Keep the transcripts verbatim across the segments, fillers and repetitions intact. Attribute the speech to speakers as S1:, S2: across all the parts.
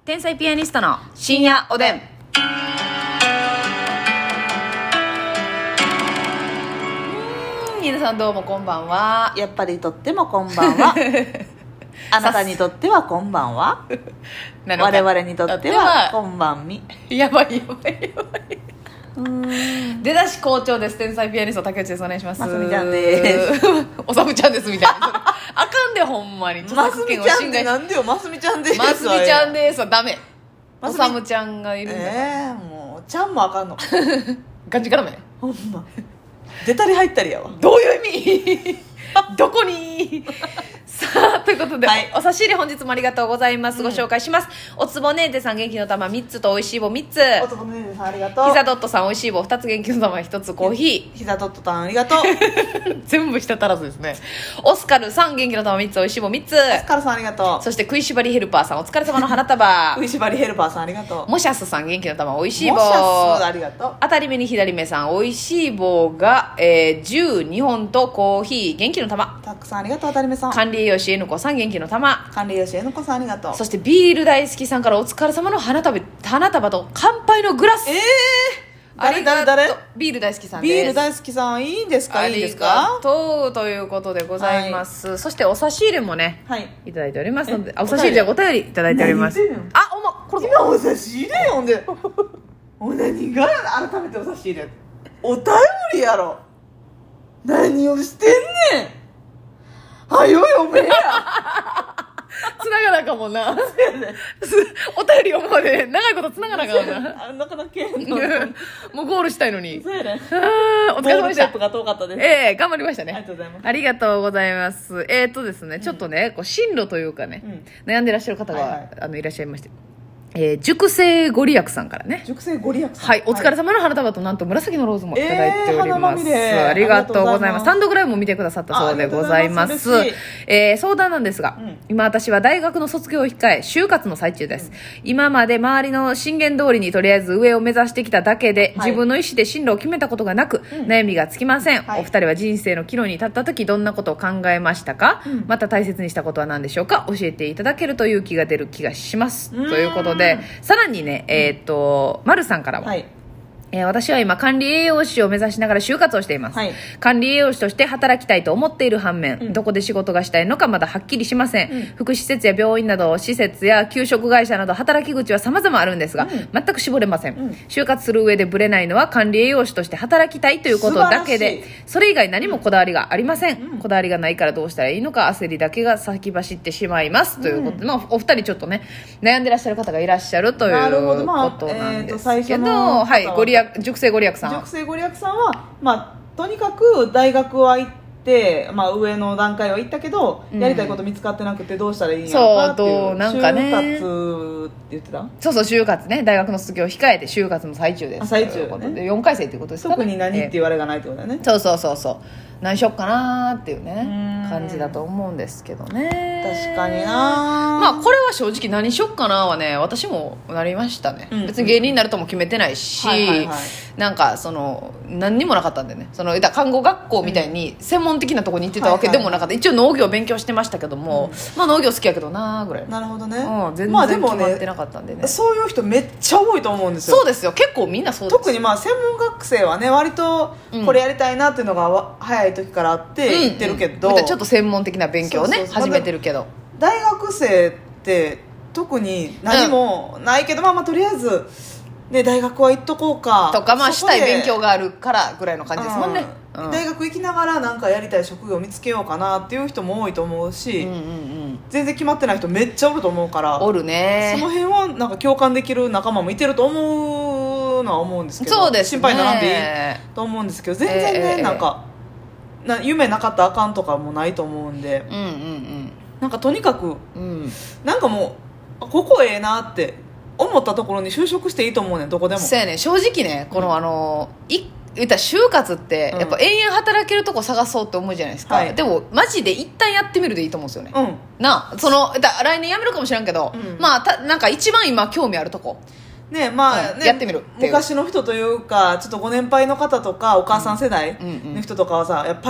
S1: 天才ピアニストの深夜おでん。皆さんどうもこんばんは。
S2: やっぱりとってもこんばんは。あなたにとってはこんばんは。我々にとってはこんばんみ。
S1: やばいやばいやばい。うーん、出だし好調です。天才ピアニスト竹内です。お願いします。
S2: ますみちゃんです。
S1: おさむちゃんですみたいな。それあかんでほんまに。
S2: ますみちゃんってなんでよ。ますみちゃんです。
S1: ますみちゃんですはダメ。おさむちゃんがいるんだ。
S2: えー、もうちゃんもあかんの。
S1: ガンジ絡め。
S2: ほんま。出たり入ったりやわ。
S1: どういう意味？どこに？さあということで、はい、お差し入れ本日もありがとうございます。うん、ご紹介します。おつぼねーてさん元気の玉みっつとおいしい棒みっつ。
S2: おつぼねーてさんありがとう。
S1: ひざドットさんおいしい棒ふたつ元気の玉ひとつコーヒー。
S2: ひざドットさんありがとう。
S1: 全部舌足らずですね。オスカルさん元気の玉みっつおいしい棒みっつ。オ
S2: スカルさんありがとう。
S1: そして食いしばりヘルパーさんお疲れ様の花束。
S2: 食いしばりヘルパーさんありがとう。
S1: モシャスさん元気の玉おいしい棒。
S2: モシャスありがとう。
S1: 当たり目に左目さんおいしい棒が、えー、じゅうにほんとコーヒー元気の玉。
S2: たくさんありがとう。当たり目さん。
S1: 管理栄養士えぬこさん元気の玉。
S2: 管理栄養士えぬこさんありがとう。
S1: そしてビール大好きさんからお疲れ様の花束花束と乾杯のグラス。
S2: えー誰誰誰
S1: ビール大好きさんです。
S2: ビール大好きさんいいんですか？いいですか？
S1: ありがとうということでございます、はい、そしてお差し入れもね、はい、いただいておりますので、あお差し入れじゃお便りいただいております。あおまこれ
S2: 今お差し入れよんでお何が改めてお差し入れお便りやろ何をしてんねんはよよめや
S1: つながなかもな。お便り読むまで長いことつながなかもな。
S2: あなかなか
S1: もうゴールしたいのに。
S2: そうやね。
S1: お疲れ様でした。
S2: ゴールテープが遠かったです。
S1: ええー、頑張りましたね。
S2: ありがとうございます。
S1: ありがとうございます。えーとですね、ちょっとね、こう進路というかね、うん、悩んでらっしゃる方が、はいはい、あのいらっしゃいまして。えー、熟成ご利益さんからね。
S2: 熟成ご利益さん。
S1: はい、お疲れ様の花束となんと紫のローズもいただいております。えー、ありがとうございます。さんどぐらいも見てくださったそうでございます。ますえー、相談なんですが、うん、今私は大学の卒業を控え、就活の最中です。うん、今まで周りの進言通りにとりあえず上を目指してきただけで、はい、自分の意思で進路を決めたことがなく、うん、悩みがつきません。はい、お二人は人生の岐路に立った時どんなことを考えましたか？うん、また大切にしたことは何でしょうか？教えていただけると勇気が出る気がします。ということで、さらにね、えー、っと、丸さんからは、はい、えー、私は今管理栄養士を目指しながら就活をしています、はい、管理栄養士として働きたいと思っている反面、うん、どこで仕事がしたいのかまだはっきりしません、うん、福祉施設や病院など施設や給食会社など働き口は様々あるんですが、うん、全く絞れません、うん、就活する上でブレないのは管理栄養士として働きたいということだけでそれ以外何もこだわりがありません、うん、こだわりがないからどうしたらいいのか焦りだけが先走ってしまいます、うん、ということで、まあ、お二人ちょっとね悩んでらっしゃる方がいらっしゃるということなんですけど、まあえー、はいご利益熟成ご利益さん
S2: 熟成ご利益さんは、まあ、とにかく大学は行って、まあ、上の段階は行ったけど、うん、やりたいこと見つかってなくてどうしたらいいんやろうかっていう
S1: そうなんかね
S2: 就活って言ってた
S1: そうそう就活ね大学の卒業を控えて就活の最中です
S2: 最中、ね、
S1: ということでよんかい生っていうことですかね
S2: 特に何って言われがないってことだね、
S1: そうそうそうそう何しよっかなっていうね感じだと思うんですけどね
S2: 確かにな
S1: まあこれは正直何しよっかなはね私もなりましたね、うん、別に芸人になるとも決めてないし、はいはいはい、なんかその何にもなかったんでねその看護学校みたいに専門的なところに行ってたわけでもなかった、うんはいはい、一応農業勉強してましたけども、うん、まあ農業好きやけどなぐらい
S2: なるほどね、
S1: うん、全然決まってなかったんでね、
S2: まあ、でもねそういう人めっちゃ多いと思うんですよ
S1: そうですよ結構みんなそうです
S2: 特にまあ専門学生はね割とこれやりたいなっていうのが早い時からあって言ってるけど、
S1: うんうん、ちょっと専門的な勉強をねそうそうそう始めてるけど
S2: 大学生って特に何もないけど、うん、まあまあとりあえず、ね、大学は行っとこうか
S1: とかまあしたい勉強があるからぐらいの感じですもんね、
S2: うんうん、大学行きながらなんかやりたい職業を見つけようかなっていう人も多いと思うし、うんうんうん、全然決まってない人めっちゃおると思うから
S1: おるね
S2: その辺はなんか共感できる仲間もいてると思うのは思うんですけど
S1: そうです、ね、
S2: 心配にならんでいいと思うんですけど全然ね、えー、なんかな夢なかったらあかんとかもないと思うんで、うんうんうん、なんかとにかく、うん、なんかもうここええなって思ったところに就職していいと思うねんどこでも
S1: そうやね正直ねこの、うん、あのい言ったら就活ってやっぱ永遠働けるとこ探そうって思うじゃないですか、はい、でもマジで一旦やってみるでいいと思うんですよね、うん、なそのだ来年辞めるかもしれんけど、うん、まあたなんか一番今興味あるとこ
S2: ねまあ、うん、
S1: ねやってみるっていう
S2: 昔の人というかちょっとご年配の方とかお母さん世代の人とかはさやっぱり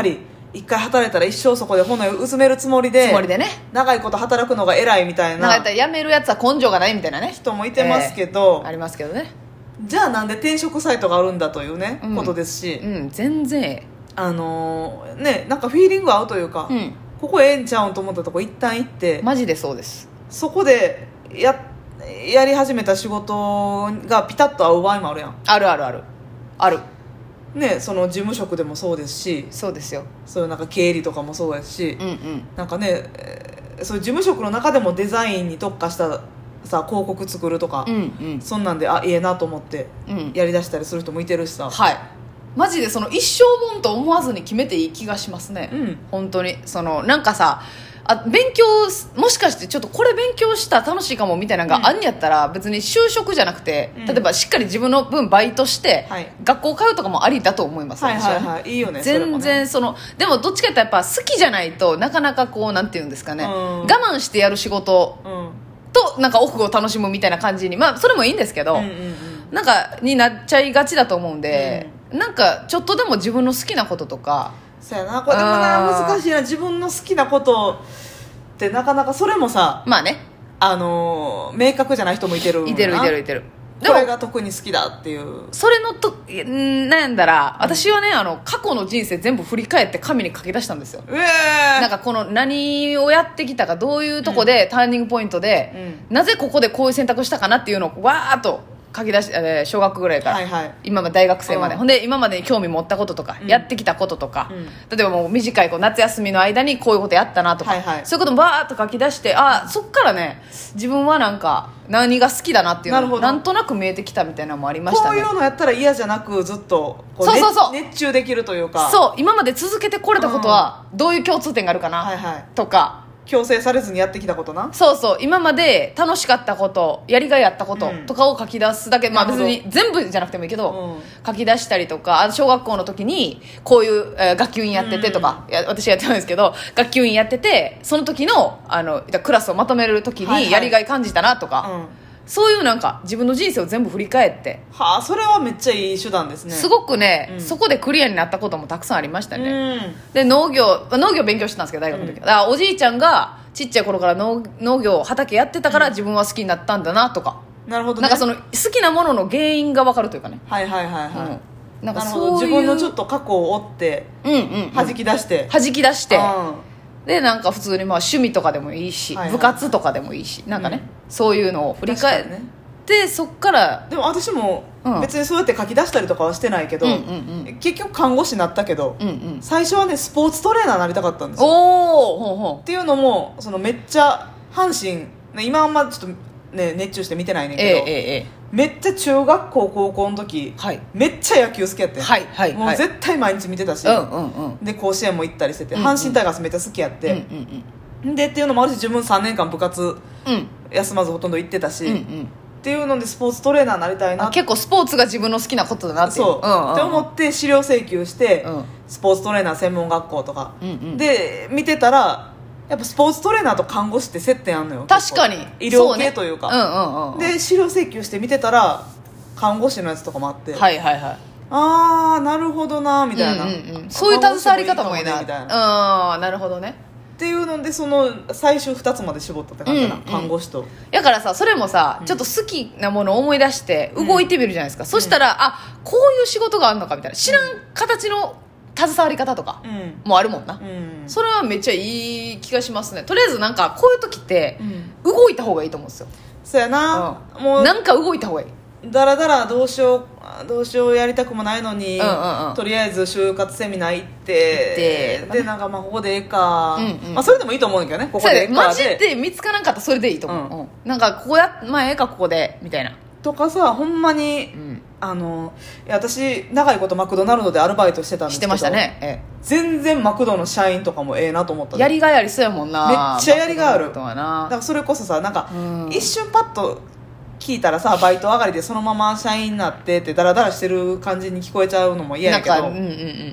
S2: 一回働いたら一生そこで骨をうずめるつもりで
S1: つもりでね
S2: 長いこと働くのが偉いみたいな
S1: なんかやめるやつは根性がないみたいなね
S2: 人もいてますけど、
S1: えー、ありますけどね
S2: じゃあなんで転職サイトがあるんだというね、うん、ことですし、
S1: うん、全然
S2: あのー、ねなんかフィーリング合うというか、うん、ここええんちゃうんと思ったとこ一旦行って
S1: マジでそうです
S2: そこでややり始めた仕事がピタッと合う場合もあるやん
S1: あるあるあるある
S2: ね、その事務職でもそうですし
S1: そうですよ
S2: そういうなんか経理とかもそうやし、
S1: うんうん、
S2: なんかね、えー、そういう事務職の中でもデザインに特化したさ広告作るとか、うんうん、そんなんであいいなと思ってやりだしたりする人もいてるしさ、うん、
S1: はいマジでその一生もんと思わずに決めていい気がしますね、うん、本当にそのなんかさあ勉強もしかしてちょっとこれ勉強したら楽しいかもみたいなのがあんやったら、別に就職じゃなくて、うん、例えばしっかり自分の分バイトして、はい、学校通うとかもありだと思います、
S2: はいはいはい、いいよね
S1: 全然そのでもどっちかってやっぱ好きじゃないとなかなかこうなんていうんですかね、うん、我慢してやる仕事、うんとなんかオフを楽しむみたいな感じにまあそれもいいんですけど、うんうんうん、なんかになっちゃいがちだと思うんで、うん、なんかちょっとでも自分の好きなこととか
S2: そうやなこれでもな難しいな自分の好きなことってなかなかそれもさ
S1: まあね
S2: あのー、明確じゃない人もいてる
S1: いてるいてるいてる
S2: これが特に好きだっていう
S1: それのと悩んだら、うん、私はねあの過去の人生全部振り返って紙に書き出したんですよ、
S2: えー、
S1: なんかこの何をやってきたかどういうとこで、うん、ターニングポイントで、うん、なぜここでこういう選択したかなっていうのをわーっと書き出し、えー、小学ぐらいから、はいはい、今まで大学生まで、うん、ほんで今までに興味持ったこととか、うん、やってきたこととか、うん、例えばもう短いこう夏休みの間にこういうことやったなとか、はいはい、そういうこともバーッと書き出してあそっからね自分はなんか何が好きだなっていうのがなんとなく見えてきたみたいなのもありましたね。
S2: こういうのやったら嫌じゃなくずっとこうそうそうそう熱中できるというか
S1: そう今まで続けてこれたことはどういう共通点があるかな、はいはい、とか
S2: 強制されずにやってきたことな
S1: そうそう今まで楽しかったことやりがいあったこととかを書き出すだけ、うん、まあ別に全部じゃなくてもいいけど、うん、書き出したりとか小学校の時にこういう、えー、学級委員やっててとか、うん、や私やってないんですけど学級委員やっててその時の、あのクラスをまとめる時にやりがい感じたなとか、はいはいうん、そういうなんか自分の人生を全部振り返って
S2: はあそれはめっちゃいい手段ですね
S1: すごくね、うん、そこでクリアになったこともたくさんありましたね、うん、で農業農業勉強してたんですけど大学の時、うん、だからおじいちゃんがちっちゃい頃から農農業畑やってたから自分は好きになったんだなとか、
S2: なるほどね、
S1: なんかその好きなものの原因が分かるというかね
S2: はいはいはいはい、うん、なんかそういう自分のちょっと過去を追って弾き出して、うんうんうん、
S1: 弾き出して、うん、でなんか普通にまあ趣味とかでもいいし、はいはい、部活とかでもいいしなんかね、うん、そういうのを振り返って、ね、でそっから
S2: でも私も別にそうやって書き出したりとかはしてないけど、うんうんうん、結局看護師になったけど、うんうん、最初はねスポーツトレーナーになりたかったんですよ
S1: おほうほう
S2: っていうのもそのめっちゃ阪神今あんまちょっと、ね、熱中して見てないねんけど、えーえーえー、めっちゃ中学校高校の時、はい、めっちゃ野球好きやって、はいはい、もう絶対毎日見てたし、うんうんうん、で甲子園も行ったりしてて、うんうん、阪神タイガースめっちゃ好きやって、うんうんうん、でっていうのもあるし自分さんねんかん部活、うん、休まずほとんど行ってたし、うんうんっていうのでスポーツトレーナーになりたいな
S1: 結構スポーツが自分の好きなことだなっていう
S2: そう、うんうん、って思って資料請求して、うん、スポーツトレーナー専門学校とか、うんうん、で見てたらやっぱスポーツトレーナーと看護師って接点あんのよ
S1: 確かに
S2: 医療系というか
S1: う、ねうんうんうん、
S2: で資料請求して見てたら看護師のやつとかもあって
S1: はいはいはい
S2: ああなるほどなみたいな、うん
S1: うんうん、そういう携わり方もいいなみたいなうんなるほどね
S2: っていうのでその最終ふたつまで絞ったって感じかな、うんうん、看護師と
S1: だからさそれもさ、うん、ちょっと好きなものを思い出して動いてみるじゃないですか、うん、そしたら、うん、あこういう仕事があるのかみたいな知らん形の携わり方とかもあるもんな、うん、それはめっちゃいい気がしますねとりあえずなんかこういう時って動いた方がいいと思うんですよ
S2: そうやな、
S1: うん、もうなんか動いた方がいい
S2: だらだらどうしようどうしようやりたくもないのに、うんうんうん、とりあえず就活セミナー行ってでなんかまあここでええか、うんうんまあ、それでもいいと思うんだけどねここでええかで
S1: マジで見つからんかったらそれでいいと思う、うんうん、なんかここやまあええかここでみたいな
S2: とかさほんまに、うん、あのいや私長いことマクドナルドでアルバイトしてたんですけど
S1: してましたね、ええ、
S2: 全然マクドの社員とかもええなと思った
S1: やりがいありそうやもんな
S2: めっちゃやりがいあるだからそれこそさなんか、うん、一瞬パッと聞いたらさバイト上がりでそのまま社員になってってダラダラしてる感じに聞こえちゃうのも嫌やけど、うんうんうん、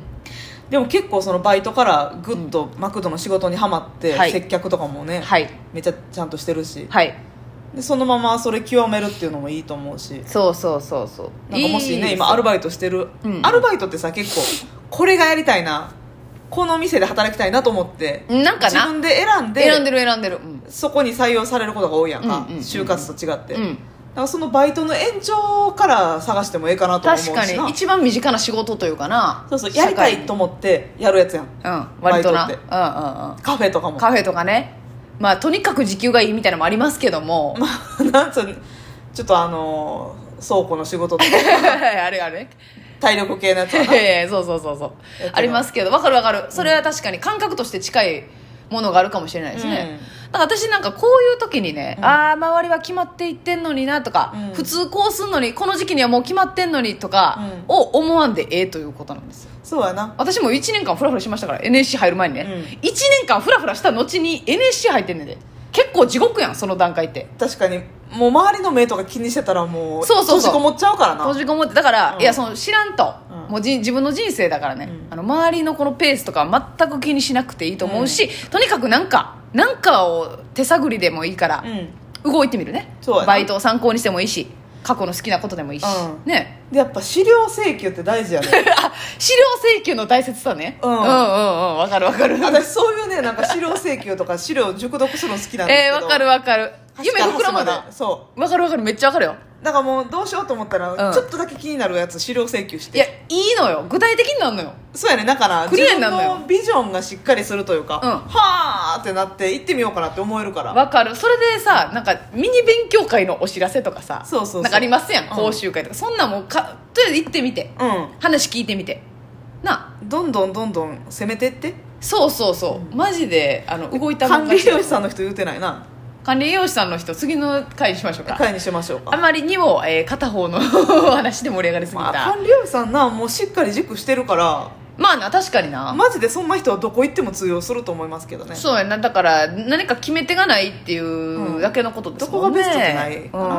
S2: でも結構そのバイトからグッとマクドの仕事にはまって、うん、接客とかもね、はい、めっちゃちゃんとしてるし、はい、でそのままそれ極めるっていうのもいいと思うし
S1: そうそうそうそう
S2: なんかもしね今アルバイトしてる、うん、アルバイトってさ結構これがやりたいなこの店で働きたいなと思って
S1: なんかな
S2: 自分で選んで
S1: 選んでる選んでる、うん、
S2: そこに採用されることが多いやんか、うんうんうんうん、就活と違って、うん、だからそのバイトの延長から探してもええかなと思うしな。
S1: 確かに一番身近な仕事というかな。
S2: そうそう、やりたいと思ってやるやつやん、
S1: うん、割とな、うんうんうん、
S2: カフェとかも
S1: カフェとかね、まあとにかく時給がいいみたいなのもありますけども、
S2: まあなんつうちょっとあのー、倉庫の仕事とか
S1: あれあれ
S2: 体力系のやつはな
S1: そうそうそうそうありますけど、分かる分かる、それは確かに感覚として近いものがあるかもしれないですね、うん、だから私なんかこういう時にね、うん、ああ周りは決まっていってんのになとか、うん、普通こうすんのにこの時期にはもう決まってんのにとかを思わんでええということなんですよ。
S2: そうやな。
S1: 私もいちねんかんフラフラしましたから エヌエスシー 入る前にね、うん、いちねんかんフラフラした後に エヌエスシー 入ってんねんで、結構地獄やんその段階って。
S2: 確かにもう周りの目とか気にしてたらもうそうそうそう閉じこもっちゃうからな。
S1: 閉じこもってだから、うん、いやその知らんと、うん、もうじ自分の人生だからね、うん、あの周りのこのペースとか全く気にしなくていいと思うし、うん、とにかくなんかなんかを手探りでもいいから、うん、動いてみるね。バイトを参考にしてもいいし過去の好きなことでもいいし、うん、ね。
S2: でやっぱ資料請求って大事やね
S1: あ資料請求の大切さね、うん、うんうんうん分かる分かる。
S2: 私そういうねなんか資料請求とか資料熟読するの好きなんですけど、
S1: えー、分かる分かる。夢膨らまでそう分かる分かるめっちゃ分かるよ。
S2: だからもうどうしようと思ったら、うん、ちょっとだけ気になるやつ資料請求して。
S1: いやいいのよ具体的になるのよ。
S2: そうやね。だから
S1: クリアになるのよ。
S2: 自分のビジョンがしっかりするというか、うん、はーってなって行ってみようかなって思えるから。
S1: 分かる。それでさなんかミニ勉強会のお知らせとかさ
S2: そうそうそう
S1: なんかありますやん、講習会とか、そんなんもうかとりあえず行ってみて、うん、話聞いてみてな
S2: どんどんどんどん攻めてって。
S1: そうそうそう、うん、マジであの動いた
S2: 管理栄養士さんの人言うてないな。
S1: 管理栄養士さんの人次の回にしましょうか。
S2: 回にしましょうか。
S1: あまりにも、えー、片方の話で盛り上がりすぎた、ま
S2: あ、管理栄養士さんなもうしっかり軸してるから
S1: まあな確かにな
S2: マジでそんな人はどこ行っても通用すると思いますけどね。
S1: そうやな。だから何か決め手がないっていうだけのことですもんね、
S2: うん、どこがベストじゃないかな、うん